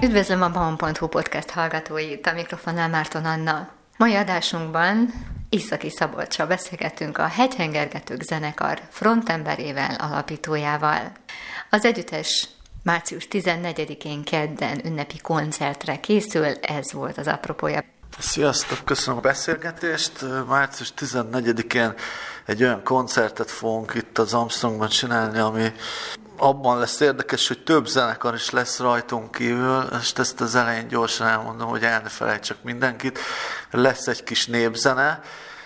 Üdvözlöm a Baum.hu podcast hallgatóit, a mikrofonnál Márton Anna. Mai adásunkban Iszaki Szabolccsal beszélgetünk a Hegyhengergetők zenekar frontemberével, alapítójával. Az együttes március 14-én kedden ünnepi koncertre készül, ez volt az apropója. Sziasztok, köszönöm a beszélgetést. Március 14-én egy olyan koncertet fogunk itt az Armstrongban csinálni, ami abban lesz érdekes, hogy több zenekar is lesz rajtunk kívül, és ezt az elején gyorsan elmondom, hogy el ne felejtsek mindenkit. Lesz egy kis népzene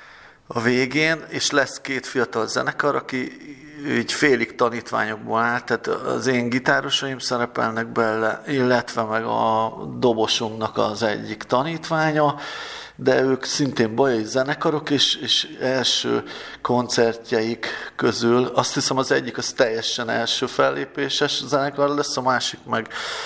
a végén, és lesz két fiatal zenekar, aki így félig tanítványokból áll, tehát az én gitárosaim szerepelnek bele, illetve meg a dobosunknak az egyik tanítványa, de ők szintén bajai zenekarok, és első koncertjeik közül, azt hiszem az egyik az teljesen első fellépéses zenekar lesz, a másik meg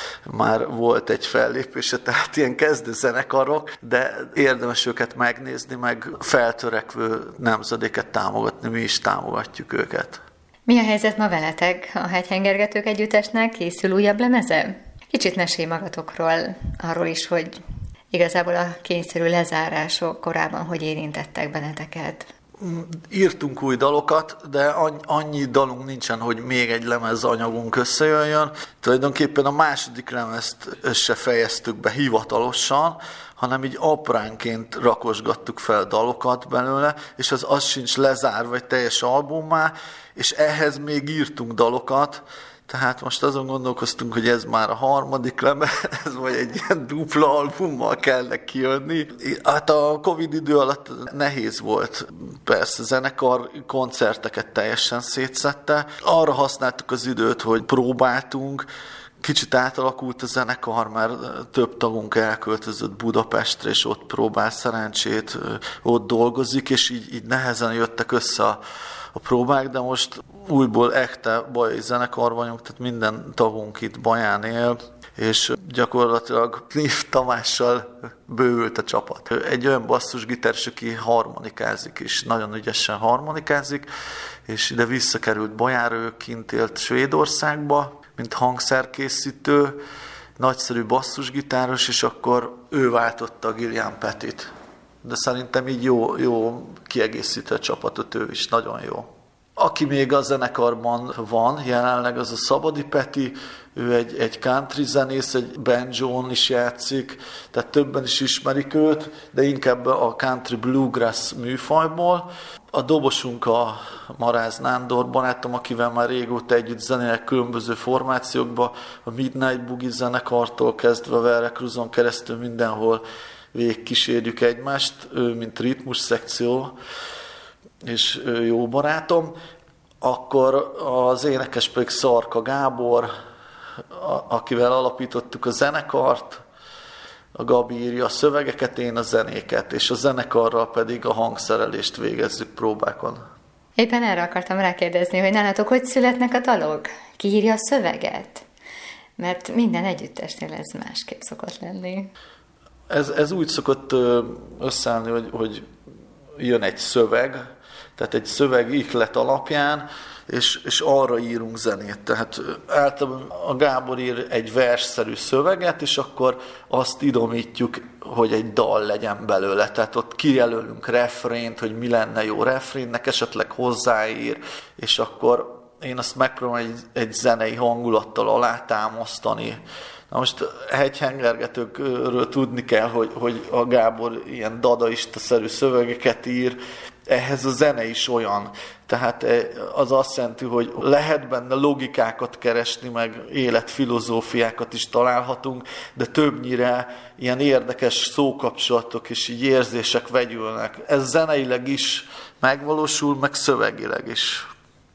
már volt egy fellépése, tehát ilyen kezdő zenekarok, de érdemes őket megnézni, meg feltörekvő nemzedéket támogatni, mi is támogatjuk őket. Mi a helyzet ma veletek? A Hegyhengergetők együttesnek készül újabb lemeze? Kicsit mesélj magatokról, arról is, hogy igazából a kényszerű lezárások korábban hogy érintettek benneteket? Írtunk új dalokat, de annyi dalunk nincsen, hogy még egy lemezanyagunk összejöjjön. Tulajdonképpen a második lemezt se fejeztük be hivatalosan, hanem így apránként rakosgattuk fel dalokat belőle, és az sincs lezárva, vagy teljes albummá, és ehhez még írtunk dalokat, tehát most azon gondolkoztunk, hogy ez már a harmadik lemez, vagy egy ilyen dupla albummal kellene kijönni. Hát a Covid idő alatt nehéz volt. Persze a zenekar koncerteket teljesen szétszette. Arra használtuk az időt, hogy próbáltunk. Kicsit átalakult a zenekar, mert több tagunk elköltözött Budapestre, és ott próbál szerencsét, ott dolgozik, és így nehezen jöttek össze a próbák, de most újból echte bajai zenekar vagyunk, tehát minden tagunk itt Baján él, és gyakorlatilag Knif Tamással bővült a csapat. Egy olyan basszusgitáros, aki harmonikázik, és nagyon ügyesen harmonikázik, és ide visszakerült Bajára, ő kint élt Svédországba, mint hangszerkészítő, nagyszerű basszusgitáros, és akkor ő váltotta a Gillian Petit. De szerintem így jó kiegészítő a csapatot, ő is nagyon jó. Aki még a zenekarban van jelenleg, az a Szabadi Peti, ő egy country zenész, egy banjón is játszik, tehát többen is ismerik őt, de inkább a country bluegrass műfajból. A dobosunk a Maráz Nándor barátom, akivel már régóta együtt zenélek különböző formációkban, a Midnight Boogie zenekartól kezdve a Veracruzon keresztül mindenhol végigkísérjük egymást, ő mint ritmus szekció, és jó barátom. Akkor az énekes pedig Szarka Gábor, akivel alapítottuk a zenekart, a Gabi írja a szövegeket, én a zenéket, és a zenekarral pedig a hangszerelést végezzük próbákon. Éppen erre akartam rákérdezni, hogy nálatok hogy születnek a dalok? Ki írja a szöveget? Mert minden együttesnél ez másképp szokott lenni. Ez úgy szokott összeállni, hogy jön egy szöveg, tehát egy szöveg ihlet alapján, és arra írunk zenét. Tehát általában a Gábor ír egy versszerű szöveget, és akkor azt idomítjuk, hogy egy dal legyen belőle. Tehát ott kijelölünk refrént, hogy mi lenne jó refrénnek, esetleg hozzáír, és akkor én azt megpróbálom egy zenei hangulattal alátámasztani. Na most Hegyhengergetőkről tudni kell, hogy a Gábor ilyen dadaista-szerű szövegeket ír, ehhez a zene is olyan. Tehát az azt jelenti, hogy lehet benne logikákat keresni, meg életfilozófiákat is találhatunk, de többnyire ilyen érdekes szókapcsolatok és így érzések vegyülnek. Ez zeneileg is megvalósul, meg szövegileg is.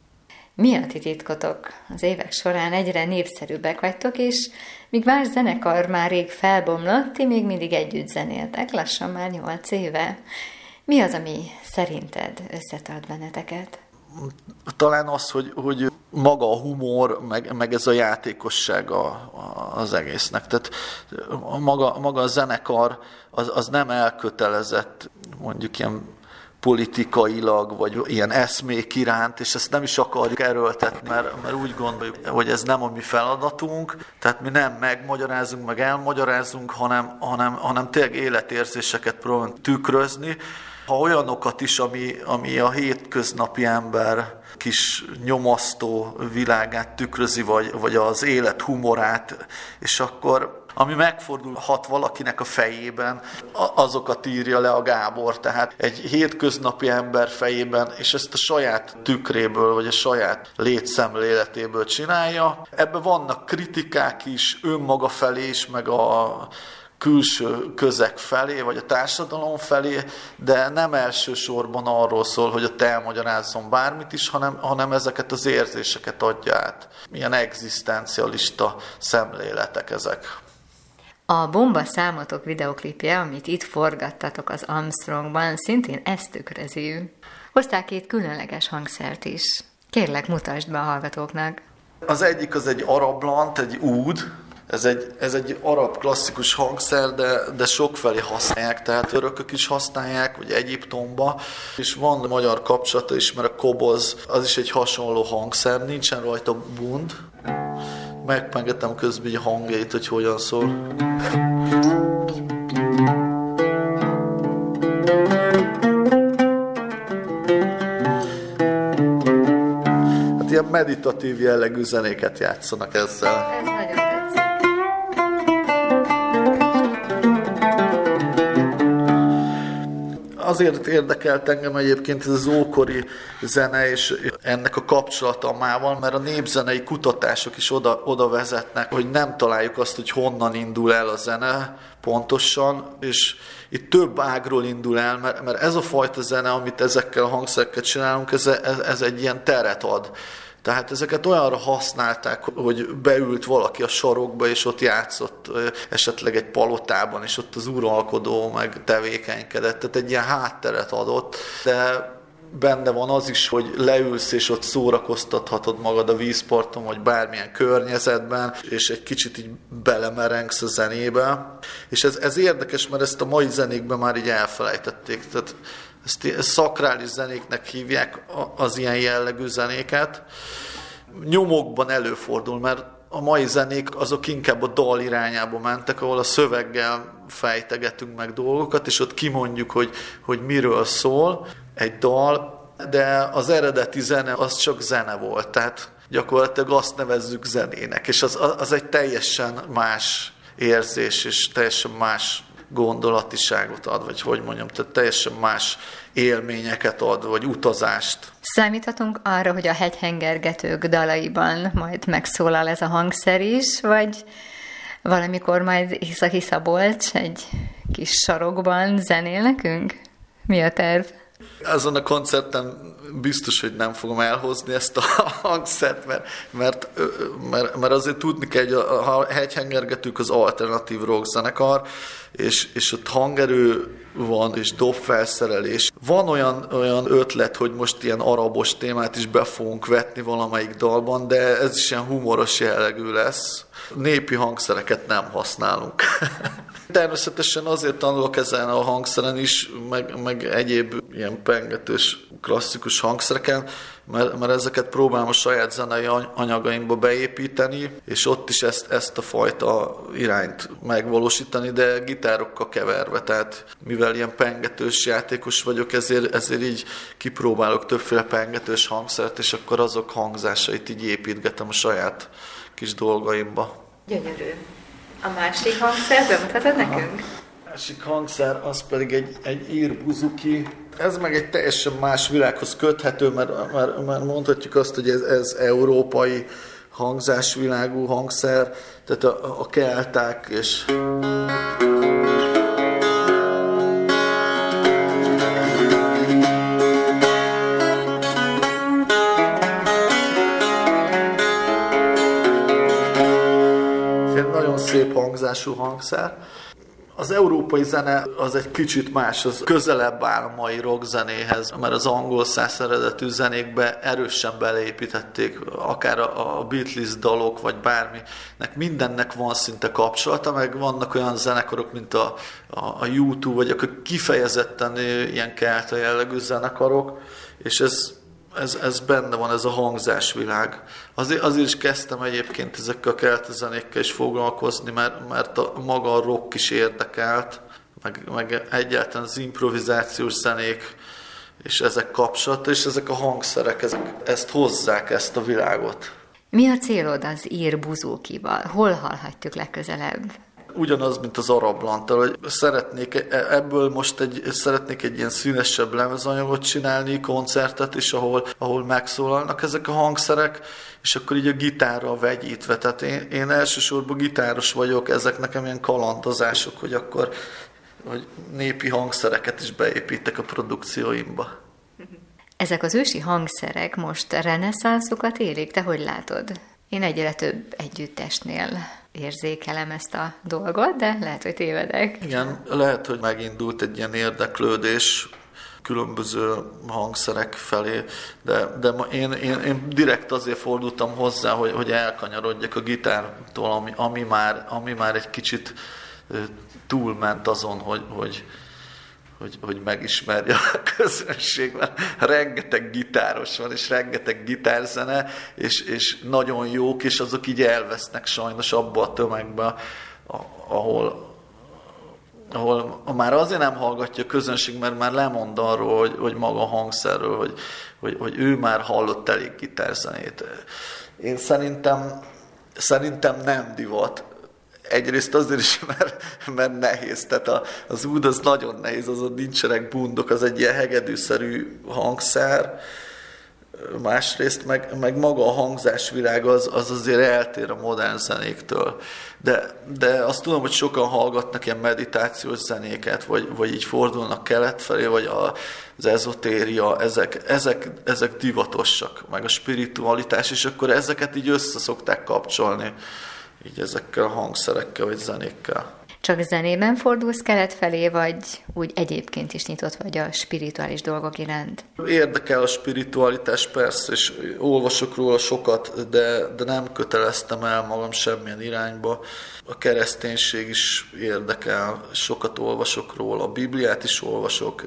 Mi a ti titkotok? Az évek során egyre népszerűbbek vagytok, és míg más zenekar már rég felbomlott, ti még mindig együtt zenéltek, lassan már 8 éve. Mi az, ami szerinted összetart benneteket? Talán az, hogy maga a humor, meg ez a játékosság az egésznek. Tehát maga a zenekar az nem elkötelezett, mondjuk ilyen politikailag, vagy ilyen eszmék iránt, és ezt nem is akarjuk erőltetni, mert úgy gondoljuk, hogy ez nem a mi feladatunk, tehát mi nem megmagyarázunk, meg elmagyarázunk, hanem tényleg életérzéseket próbálunk tükrözni, ha olyanokat is, ami a hétköznapi ember kis nyomasztó világát tükrözi, vagy az élet humorát, és akkor ami megfordulhat valakinek a fejében, azokat írja le a Gábor. Tehát egy hétköznapi ember fejében, és ezt a saját tükréből, vagy a saját létszemléletéből csinálja. Ebben vannak kritikák is, önmaga felé is, meg a külső közeg felé, vagy a társadalom felé, de nem elsősorban arról szól, hogy te elmagyarázzon bármit is, hanem ezeket az érzéseket adja át. Milyen egzisztencialista szemléletek ezek. A Bomba számotok videoklipje, amit itt forgattatok az Armstrongban, szintén ezt tükrözi. Hozták 2 különleges hangszert is. Kérlek, mutasd be a hallgatóknak. Az egyik az egy arablant, egy úd. Ez egy arab klasszikus hangszer, de sokfelé használják, tehát törökök is használják, vagy Egyiptomba. És van magyar kapcsolata is, mert a koboz az is egy hasonló hangszer, nincsen rajta bund. Megpengetem közben a hangjait, hogy hogyan szól. Hát ilyen meditatív jellegű zenéket játszanak ezzel. Ez nagyon tetszik. Azért érdekelt engem egyébként ez az ókori zene, és ennek a kapcsolata a mával, mert a népzenei kutatások is oda vezetnek, hogy nem találjuk azt, hogy honnan indul el a zene pontosan, és itt több ágról indul el, mert ez a fajta zene, amit ezekkel a hangszerekkel csinálunk, ez egy ilyen teret ad. Tehát ezeket olyanra használták, hogy beült valaki a sarokba, és ott játszott esetleg egy palotában, és ott az uralkodó meg tevékenykedett. Tehát egy ilyen hátteret adott, de benne van az is, hogy leülsz, és ott szórakoztathatod magad a vízparton, vagy bármilyen környezetben, és egy kicsit így belemerengsz a zenébe. És ez érdekes, mert ezt a mai zenékben már így elfelejtették. Tehát ezt szakrális zenéknek hívják az ilyen jellegű zenéket. Nyomokban előfordul, mert a mai zenék azok inkább a dal irányába mentek, ahol a szöveggel fejtegetünk meg dolgokat, és ott kimondjuk, hogy miről szól egy dal, de az eredeti zene az csak zene volt, tehát gyakorlatilag azt nevezzük zenének, és az egy teljesen más érzés, és teljesen más gondolatiságot ad, vagy hogy mondjam, tehát teljesen más élményeket ad, vagy utazást. Számíthatunk arra, hogy a hegyhengergetők dalaiban majd megszólal ez a hangszer is, vagy valamikor majd Északi Szabolcs egy kis sarokban zenél nekünk? Mi a terv? Azon a koncerten biztos, hogy nem fogom elhozni ezt a hangszert, mert azért tudni kell, hogy a hegyhengergetők az alternatív rock zenekar, és ott hangerő van, és dobfelszerelés. Van olyan ötlet, hogy most ilyen arabos témát is be fogunk vetni valamelyik dalban, de ez is ilyen humoros jellegű lesz. Népi hangszereket nem használunk. Természetesen azért tanulok ezen a hangszeren is, meg egyéb ilyen pengetős klasszikus hangszereken, mert ezeket próbálom a saját zenei anyagaimba beépíteni, és ott is ezt a fajta irányt megvalósítani, de gitárokkal keverve, tehát mivel ilyen pengetős játékos vagyok, ezért így kipróbálok többféle pengetős hangszert, és akkor azok hangzásait így építgetem a saját kis dolgaimba. Gyönyörű. A másik hangszer bemutatod nekünk? A másik hangszer az pedig egy ír buzuki. Ez meg egy teljesen más világhoz köthető, mert mondhatjuk azt, hogy ez európai hangzásvilágú hangszer, tehát a kelták és... szép hangzású hangszer. Az európai zene az egy kicsit más, az közelebb áll a mai rockzenéhez, mert az angol száz eredetű zenékbe erősen beleépítették, akár a Beatles dalok, vagy bárminek, mindennek van szinte kapcsolata, meg vannak olyan zenekarok, mint a U2, vagy akkor kifejezetten ilyen kelta jellegű zenekarok, és ez benne van, ez a hangzásvilág. Azért is kezdtem egyébként ezekkel a kelta zenékkel is foglalkozni, mert maga a rock is érdekelt, meg egyáltalán az improvizációs zenék, és ezek kapcsolata, és ezek a hangszerek, ezt hozzák, ezt a világot. Mi a célod az ír buzókival? Hol hallhatjuk legközelebb? Ugyanaz, mint az arablantal, hogy szeretnék egy ilyen színesebb lemezanyagot csinálni, koncertet is, ahol megszólalnak ezek a hangszerek, és akkor így a gitárral vegyítve. Tehát én elsősorban gitáros vagyok, ezek nekem ilyen kalandozások, hogy akkor hogy népi hangszereket is beépítek a produkcióimba. Ezek az ősi hangszerek most reneszánszukat élik, te hogy látod? Én egyre több együttesnél érzékelem ezt a dolgot, de lehet, hogy tévedek. Igen, lehet, hogy megindult egy ilyen érdeklődés különböző hangszerek felé, de én direkt azért fordultam hozzá, hogy elkanyarodjak a gitártól, ami már egy kicsit túlment azon, hogy megismerje a közönségben. Rengeteg gitáros van, és rengeteg gitárzene, és nagyon jók, és azok így elvesznek sajnos abba a tömegbe, ahol már azért nem hallgatja a közönség, mert már lemond arról, hogy maga a hangszerről, hogy ő már hallott elég gitárzenét. Én szerintem nem divat. Egyrészt azért is, mert nehéz. Tehát az úd az nagyon nehéz, azon nincsenek bundok, az egy ilyen hegedűszerű hangszer. Másrészt meg maga a hangzásvilág az azért eltér a modern zenéktől. De azt tudom, hogy sokan hallgatnak ilyen meditációs zenéket, vagy így fordulnak kelet felé, vagy az ezotéria, ezek divatosak, meg a spiritualitás, és akkor ezeket így össze szokták kapcsolni, így ezekkel a hangszerekkel, vagy zenékkel. Csak zenében fordulsz kelet felé, vagy úgy egyébként is nyitott vagy a spirituális dolgok iránt? Érdekel a spiritualitás persze, és olvasok róla sokat, de nem köteleztem el magam semmilyen irányba. A kereszténység is érdekel, sokat olvasok róla, a Bibliát is olvasok,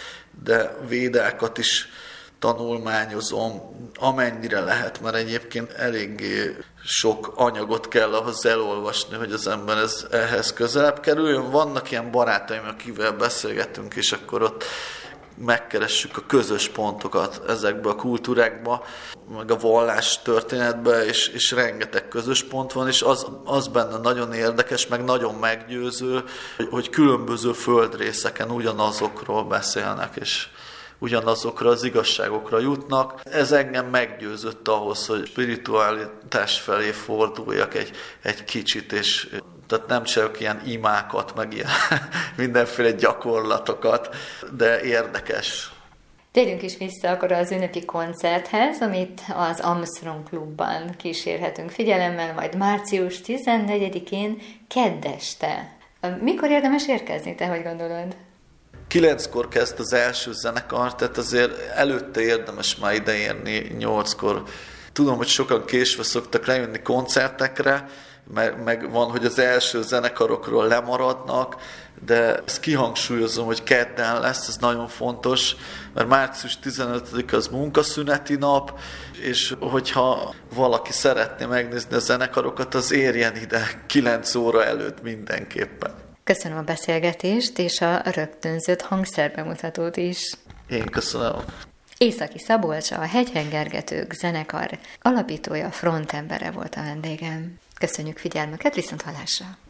de védákat is tanulmányozom, amennyire lehet, mert egyébként eléggé sok anyagot kell ahhoz elolvasni, hogy az ember ehhez közelebb kerüljön. Vannak ilyen barátaim, akivel beszélgetünk, és akkor ott megkeressük a közös pontokat ezekbe a kultúrákba, meg a vallás történetbe, és rengeteg közös pont van, és az benne nagyon érdekes, meg nagyon meggyőző, hogy különböző földrészeken ugyanazokról beszélnek, és ugyanazokra az igazságokra jutnak. Ez engem meggyőzött ahhoz, hogy spiritualitás felé forduljak egy kicsit, és tehát nem csak ilyen imákat, meg ilyen mindenféle gyakorlatokat, de érdekes. Térjünk is vissza akkor az ünnepi koncerthez, amit az Armstrong Klubban kísérhetünk figyelemmel, majd március 14-én kedd este. Mikor érdemes érkezni, te hogy gondolod? 9-kor kezd az első zenekar, tehát azért előtte érdemes már ideérni 8-kor. Tudom, hogy sokan késve szoktak lejönni koncertekre, meg van, hogy az első zenekarokról lemaradnak, de ezt kihangsúlyozom, hogy kedden lesz, ez nagyon fontos, mert március 15 az munkaszüneti nap, és hogyha valaki szeretné megnézni a zenekarokat, az érjen ide 9 óra előtt mindenképpen. Köszönöm a beszélgetést és a rögtönzött hangszerbemutatót is. Én köszönöm. Északi Szabolcs, a Hegyhengergetők zenekar alapítója, frontembere volt a vendégem. Köszönjük figyelmüket, viszonthallásra!